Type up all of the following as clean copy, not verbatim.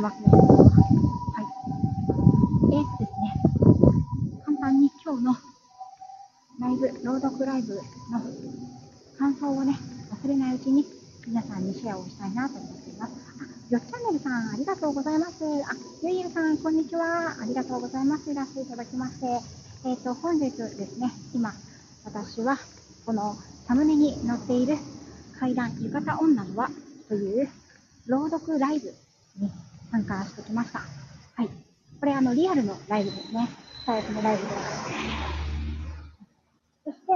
ますね。はい。ですね、簡単に今日のライブ、朗読ライブの感想をね、忘れないうちに皆さんにシェアをしたいなと思っています。よっチャンネルさん、ありがとうございます。ゆいゆさん、こんにちは。ありがとうございます。いらしていただきまして。本日ですね、今、私は、このサムネに載っている怪談浴衣女の輪という朗読ライブに参加してきました。はい。これ、リアルのライブですね。スタイフのライブです。そして、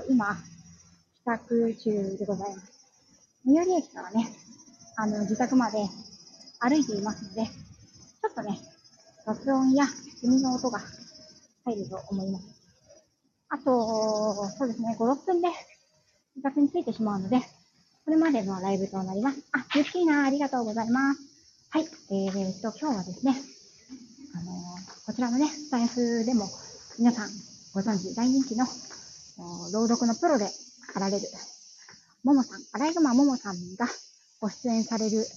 今、帰宅中でございます。最寄り駅からね、自宅まで歩いていますので、ちょっとね、雑音や耳の音が入ると思います。あと、そうですね、5、6分で自宅に着いてしまうので、これまでのライブとなります。ゆっきーな、ありがとうございます。はい、今日はですね、こちらのね、スタイフでも皆さんご存知、大人気の朗読のプロであられる、ももさん、アライグマももさんがご出演される、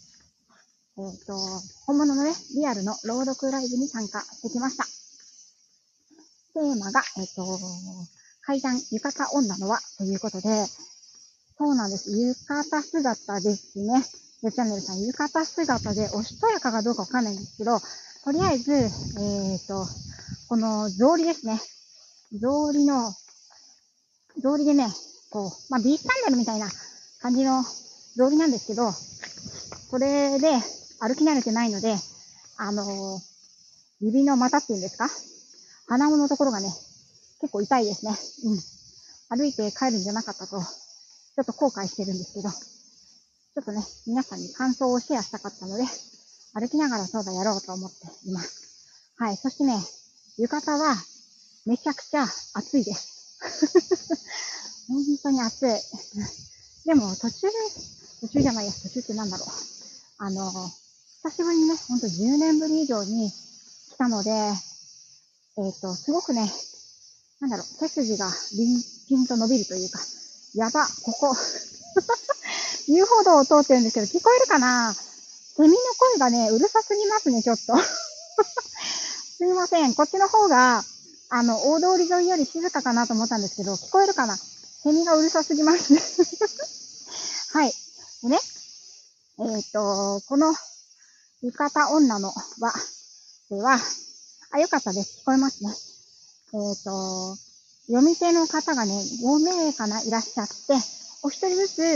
本物のね、リアルの朗読ライブに参加してきました。テーマが、怪談浴衣女の輪ということで、そうなんです。浴衣姿ですね。チャンネルさん、浴衣姿でおしとやかかどうかわかんないんですけど、とりあえず、この草履ですね。草履でね、こう、ビーチサンダルみたいな感じの草履なんですけど、それで歩き慣れてないので、指の股っていうんですか？鼻緒のところがね、結構痛いですね。歩いて帰るんじゃなかったと、ちょっと後悔してるんですけど、ちょっとね、皆さんに感想をシェアしたかったので、歩きながらそうだやろうと思っています。はい。そしてね、浴衣はめちゃくちゃ暑いです。本当に暑い。でも途中ってなんだろう。久しぶりにね、ほんと10年ぶり以上に来たので、すごくね、なんだろう、背筋がピンと伸びるというか、やば、ここ、遊歩道を通ってるんですけど、聞こえるかな？セミの声がね、うるさすぎますね、ちょっと。すみません。こっちの方が、大通り沿いより静かかなと思ったんですけど、聞こえるかな？セミがうるさすぎますね。はい。でね、この、浴衣女の輪では、よかったです。聞こえますね。夜店の方がね、5名かないらっしゃって、お一人ずつ、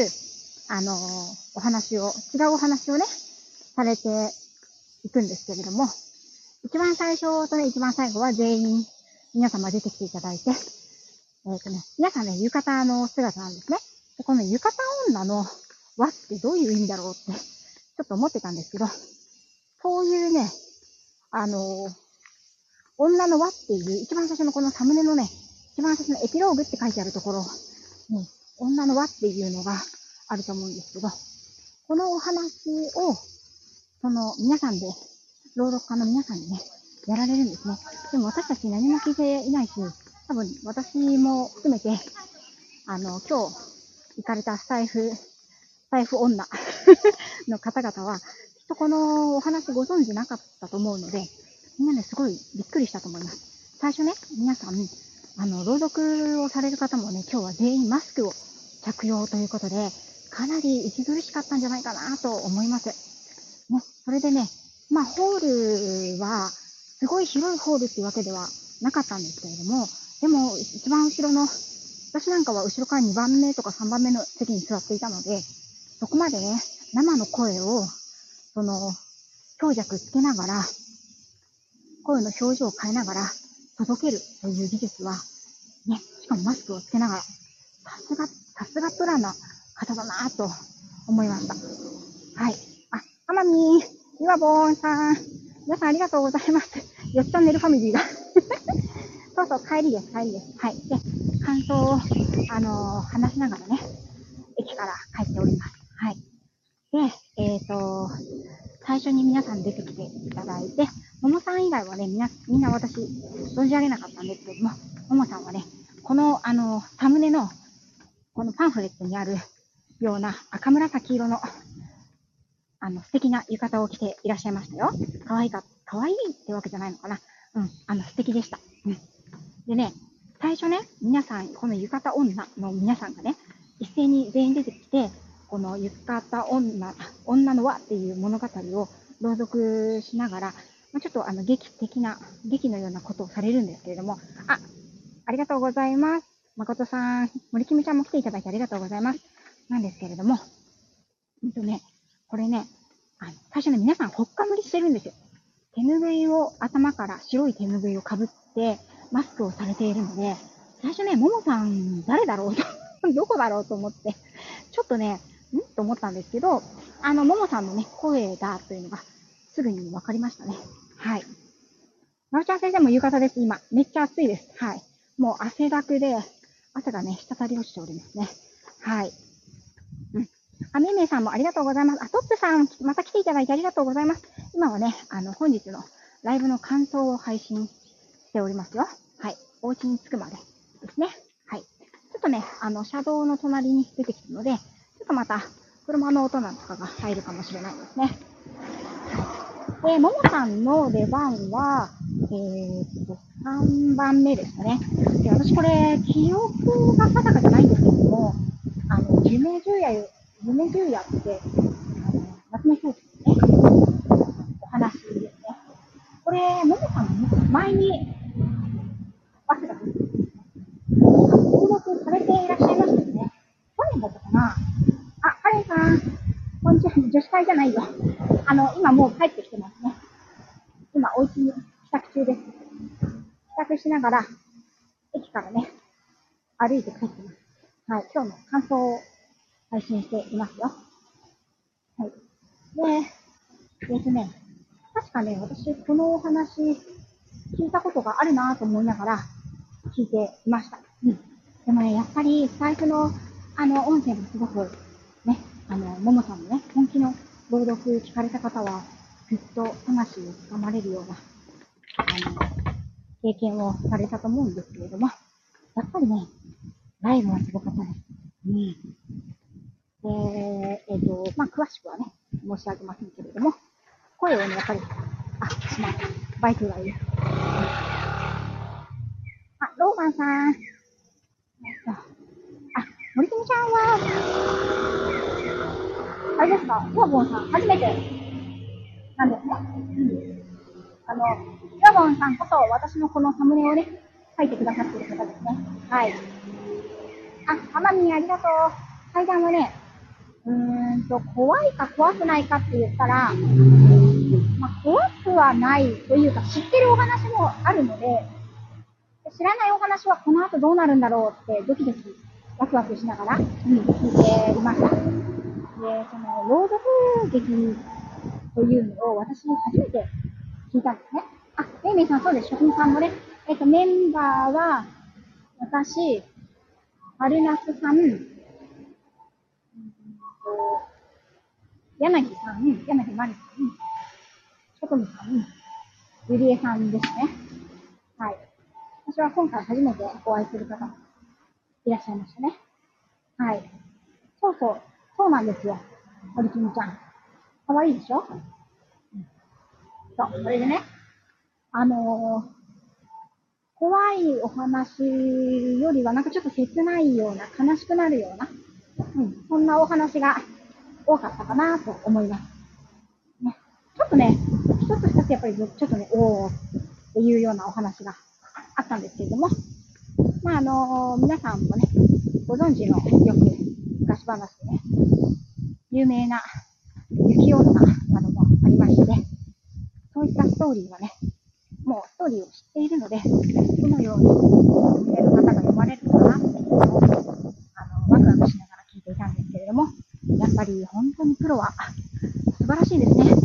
違うお話をね、されていくんですけれども、一番最初とね、一番最後は全員、皆様出てきていただいて、皆さんね、浴衣の姿なんですね。でこの浴衣女の輪ってどういう意味だろうって、ちょっと思ってたんですけど、そういうね、女の輪っていう、一番最初のこのサムネのね、一番最初のエピローグって書いてあるところに、女の輪っていうのがあると思うんですけど、このお話を、皆さんで、朗読家の皆さんにね、やられるんですね。でも私たち何も聞いていないし、多分私も含めて、今日行かれたスタイフ女の方々は、きっとこのお話ご存知なかったと思うので、みんなね、すごいびっくりしたと思います。最初ね、皆さん、朗読をされる方もね、今日は全員マスクを着用ということで、かなり息苦しかったんじゃないかなと思います。ね、それでね、ホールは、すごい広いホールっていうわけではなかったんですけれども、でも、一番後ろの、私なんかは後ろから2番目とか3番目の席に座っていたので、そこまでね、生の声を、強弱つけながら、声の表情を変えながら届けるという技術は、ね、しかもマスクをつけながら、さすがプランな方だなぁと思いました。はい。アマミー、イワボーンさん、皆さんありがとうございます。よっチャンネルファミリーが。そうそう、帰りです。はい。で、感想を、話しながらね、駅から帰っております。はい。で、最初に皆さん出てきていただいて、ももさん以外はね、みんな私、存じ上げなかったんですけども、ももさんはね、この、サムネの、このパンフレットにあるような赤紫色の素敵な浴衣を着ていらっしゃいましたよ。可愛いってわけじゃないのかな。素敵でした。でね、最初ね、皆さん、この浴衣女の皆さんがね、一斉に全員出てきて、この浴衣女の輪っていう物語を朗読しながら、ちょっと劇のようなことをされるんですけれども、ありがとうございます。誠さん、森君ちゃんも来ていただいてありがとうございます。なんですけれども、これね、最初ね、皆さんほっかむりしてるんですよ。手ぬぐいを、頭から白い手ぬぐいをかぶって、マスクをされているので、最初ね、ももさん、誰だろうと、どこだろうと思って、ちょっとね、と思ったんですけど、ももさんのね、声だというのが、すぐに分かりましたね。はい。まるちゃん先生も浴衣です、今。めっちゃ暑いです。はい。もう汗だくで、汗がね、滴り落ちておりますね。はい。めいめいさんもありがとうございます。トップさん、また来ていただいてありがとうございます。今はね、本日のライブの感想を配信しておりますよ。はい。お家に着くまでですね。はい。ちょっとね、車道の隣に出てきたので、ちょっとまた、車の音なんかが入るかもしれないですね。で、ももさんの出番は、3番目ですかね。で、私これ、記憶が定かじゃないんですけども、夢十夜って、夏目漱石のね、お話ですね。これ、ももさんも前に、早稲田で登録されていらっしゃいましたよね。去年だったかな。カレンさん、こんにちは。女子会じゃないよ。今もう帰ってきてますね。今、お家に帰宅中です。帰宅しながら、駅からね、歩いて帰ってます。はい、今日の感想を配信していますよ。はい。で、確かね、私、このお話、聞いたことがあるなと思いながら、聞いていました。でもね、やっぱり、財布の、音声がすごく、ね、ももさんのね、本気の朗読聞かれた方は、ぐっと魂をつかまれるような、経験をされたと思うんですけれども、やっぱりね、ライブはすごかったです。詳しくはね、申し上げませんけれども、声をね、やっぱり、しまった。バイクがいる。ローガンさん。森友ちゃんは、あれですか、ヨーボンさん、初めてなんですね。ヨーボンさんこそ、私のこのサムネをね、書いてくださっている方ですね。はい。ハマミありがとう。階段はね、怖いか怖くないかって言ったら、怖くはないというか、知ってるお話もあるので、知らないお話はこの後どうなるんだろうってドキドキワクワクしながら、聞いていました。で、その朗読劇というのを私初めて聞いたんですね。メイメイさんそうです。職人さんもね。メンバーは私、春夏さん、柳さん、柳まりさん、職人さん、ゆりえさんですね。はい。私は今回初めてお会いする方もいらっしゃいましたね。はい。そうなんですよ。堀キムちゃん。かわいいでしょ？それでね、怖いお話よりは、なんかちょっと切ないような、悲しくなるような、そんなお話が多かったかなと思います。ね、ちょっとね、一つ二つやっぱりちょっとね、おーっていうようなお話があったんですけれども、皆さんもね、ご存知のよく昔話でね、有名な雪女などもありまして、そういったストーリーはね、もうストーリーを知っているので、どのように女性の方が読まれるのかなっていうのを、ワクワクしながら聞いていたんですけれども、やっぱり本当にプロは素晴らしいですね。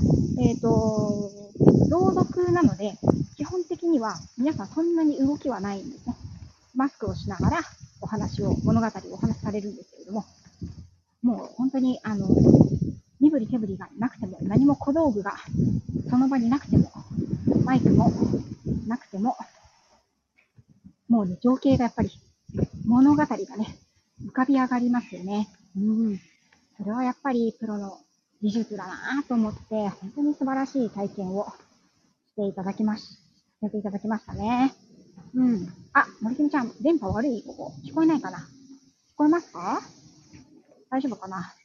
朗読なので、基本的には皆さんそんなに動きはないんですね。マスクをしながら物語をお話しされるんですけれども、もう本当に身振り手振りがなくても、何も小道具がその場になくても、マイクもなくても、もうね、情景がやっぱり物語がね、浮かび上がりますよね。それはやっぱりプロの技術だなと思って、本当に素晴らしい体験をしていただきましたね。うん。あ、森君ちゃん、電波悪い？ここ。聞こえないかな？聞こえますか？大丈夫かな？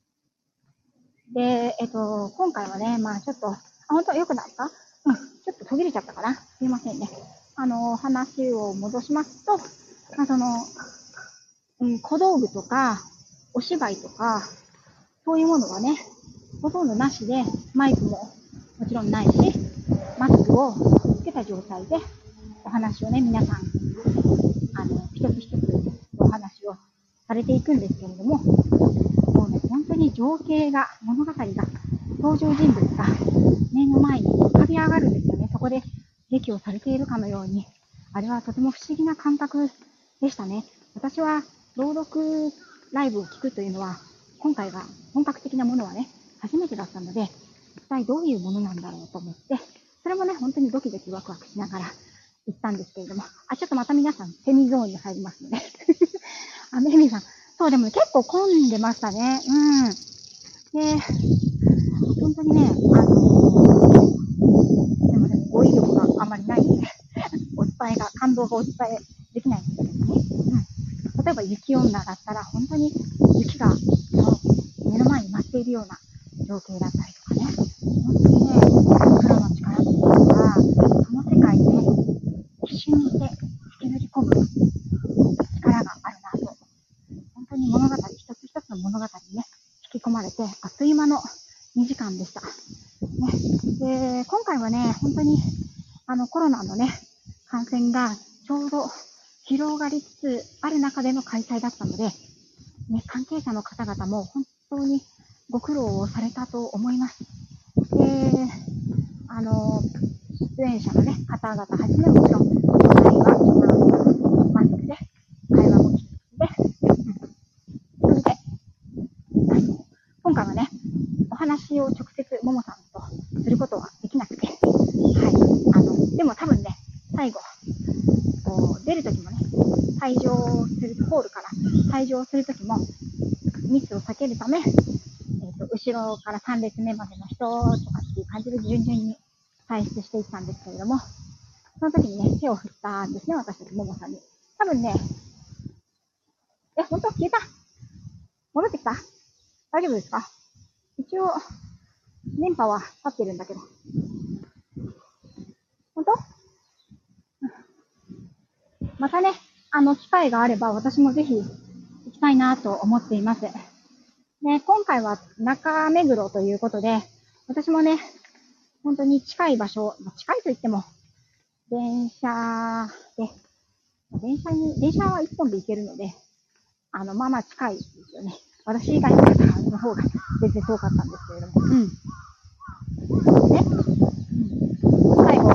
で、今回はね、まあちょっと、本当良くなった？うん。ちょっと途切れちゃったかな？すいませんね。話を戻しますと、まあ小道具とか、お芝居とか、そういうものはね、ほとんどなしで、マイクももちろんないし、マスクをつけた状態で、お話をね、皆さん、一つ一つお話をされていくんですけれども、もうね、本当に情景が、物語が、登場人物が目の前に浮かび上がるんですよね。そこで劇をされているかのように、あれはとても不思議な感覚でしたね。私は朗読ライブを聞くというのは、今回が本格的なものはね、初めてだったので、一体どういうものなんだろうと思って、それもね、本当にドキドキワクワクしながら行ったんですけれども、ちょっとまた皆さん、セミゾーンに入りますので。メミさん、そう、でも結構混んでましたね。うん。で、本当にね、でもね、語彙力があんまりないので、お伝えが、感動がお伝えできないんですけどね。うん。例えば雪女だったら、本当に雪が目の前に舞っているような情景だったりとかね。本当にね、プロの力っていうのは、その世界でね、一瞬にして引きずり込む力があるなと。本当に物語、一つ一つの物語にね、引き込まれて、あっという間の2時間でした。ね、で、今回はね、本当に、コロナのね、感染がちょうど広がりつつある中での開催だったので、ね、関係者の方々も本当にご苦労をされたと思います。で、出演者のね、方々はじめもちろん、隣はマスクで、会話も禁止で、それで、今回はね、お話を直接ももさんとすることはできなくて、はい。でも多分ね、最後、出るときもね、退場する、ホールから退場するときも、ミスを避けるため、後ろから3列目までの人とかっていう感じで順々に退出していったんですけれども、その時にね、手を振ったんですね、私たちももさんに。多分ね、本当？消えた？戻ってきた？大丈夫ですか？一応、電波は立ってるんだけど。本当？またね、機会があれば私もぜひ行きたいなと思っています。ね、今回は中目黒ということで、私もね、本当に近い場所、近いといっても、電車で、電車は一本で行けるので、まあまあ近いですよね。私以外の方の方が全然遠かったんですけれども。うん。ね。最後、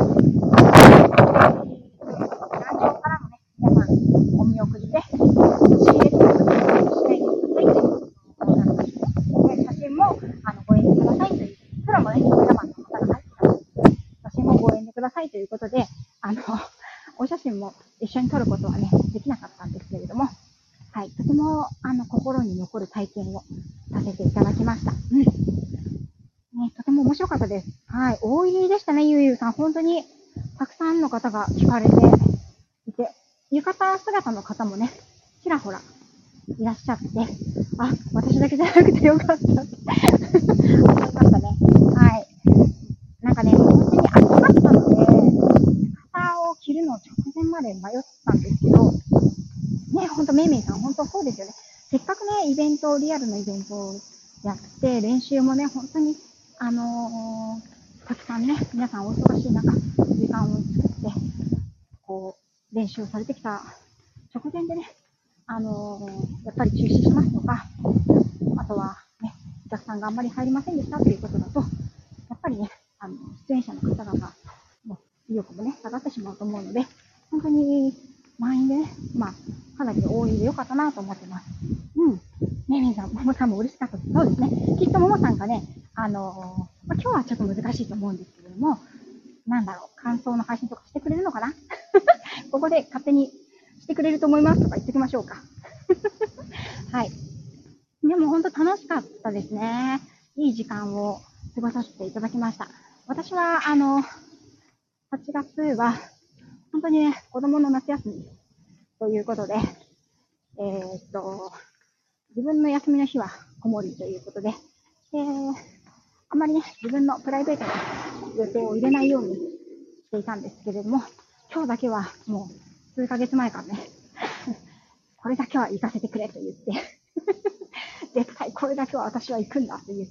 壇上からのね、皆さん、お見送りで、CL の試合に参加ということなんですね。写真も、ご遠慮くださいという、プロのね、カメラマンの方が入ってたので、写真もご遠慮くださいということで、お写真も一緒に撮ることはね、できなかったんですけれども、はい、とても、心に残る体験をさせていただきました。うん。ね、とても面白かったです。はい、大入りでしたね、ゆうゆうさん。本当に、たくさんの方が聞かれていて、浴衣姿の方もね、ちらほらいらっしゃって、私だけじゃなくてよかったって思いましたね。はい。なんかね、本当に暑かったので、浴衣を着るの直前まで迷ったんですけど、ね、ほんとめいめいさん、本当そうですよね。せっかくね、リアルなイベントをやって、練習もね、本当に、たくさんね、皆さんお忙しい中、時間を作って、練習されてきた直前でね、やっぱり中止しますとか、あとはね、お客さんがあんまり入りませんでしたということだと、やっぱりね、出演者の方々の意欲もね、下がってしまうと思うので、本当に満員でね、かなり多いでよかったなと思ってます。うん。ねみんさん、ももさんも嬉しかったです。そうですね。きっとももさんがね、今日はちょっと難しいと思うんですけれども、感想の配信とかしてくれるのかなここで勝手にしてくれると思いますとか言っておきましょうか。はい。でも本当楽しかったですね。 いい時間を過ごさせていただきました。私は、8月は、本当にね、子供の夏休みということで、自分の休みの日は子守りということで、あまりね、自分のプライベートな予定を入れないようにしていたんですけれども、今日だけはもう数ヶ月前からね、これだけは行かせてくれと言って、絶対これだけは私は行くんだと言って、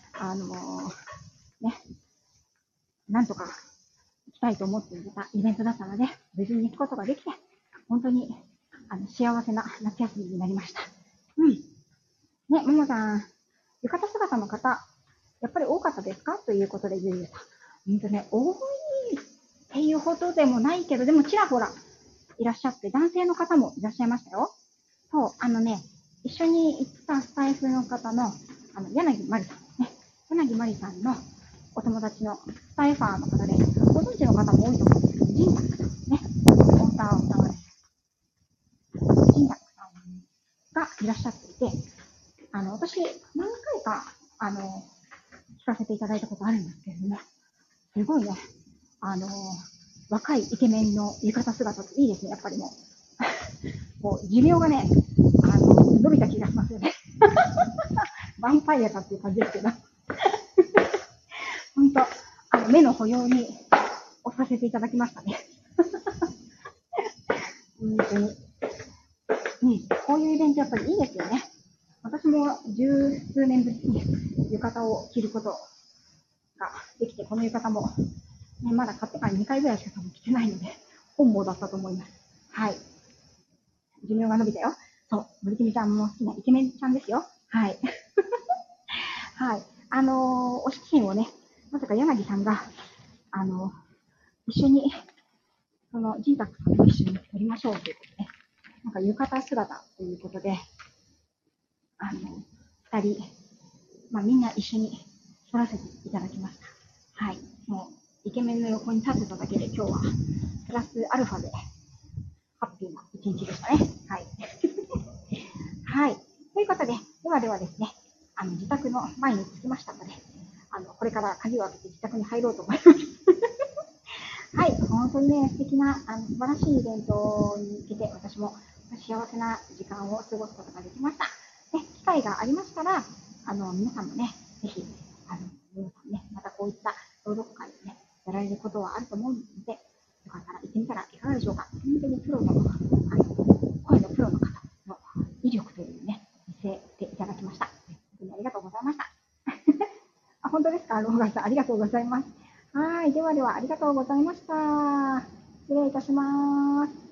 ね、なんとか行きたいと思っていたイベントだったので、無事に行くことができて、本当に幸せな夏休みになりました。うん。ね、ももさん、浴衣姿の方、やっぱり多かったですかということで、ゆうゆうさん。本当ね、多いっていうほどでもないけど、でもちらほらいらっしゃって、男性の方もいらっしゃいましたよ。そう、一緒に行ったスタイフの方の、柳まりさんですね。柳まりさんのお友達のスタイファーの方で、ご存知の方も多いと思うんですけど、ジンタクさんですね。お歌を歌われて、ジンタクさんがいらっしゃっていて、私、何回か、聞かせていただいたことあるんですけれども、すごいね、若いイケメンの浴衣姿っていいですね、やっぱりもう。もう寿命がね、伸びた気がしますよね。ヴァンパイアかっていう感じですけど。本当、目の保養に押させていただきましたね。本当に。こういうイベントやっぱりいいですよね。私も十数年ぶりに浴衣を着ることができて、この浴衣も、ね、まだ買ってから2回ぐらいしか多分着てないので、本望だったと思います。はい。寿命が伸びたよ。そう、森君ちゃんも好きなイケメンちゃんですよ。はい。はい。お写真をね、まさか柳さんが、一緒に、ジンタクさんと一緒に撮りましょうということで、なんか浴衣姿ということで、二人、みんな一緒に撮らせていただきました。はい。もう、イケメンの横に立ってただけで今日は、プラスアルファで、ハッピーな一日でしたね。はい。はい。ということで、ではですね、自宅の前に着きましたので、これから鍵を開けて自宅に入ろうと思います。はい。本当にね、素敵な、素晴らしいイベントに行けて、私も幸せな時間を過ごすことができました。で、機会がありましたら、皆さんもね、ぜひ、皆さんね、またこういった朗読会でね、やられることはあると思うので、よかったら行ってみたらいかがでしょうか。本当にプロの、声のプロの方の威力というね、見せていただきました。本当にありがとうございました。あ、本当ですか、ローガンさん、ありがとうございます。はい、ではありがとうございました。失礼いたします。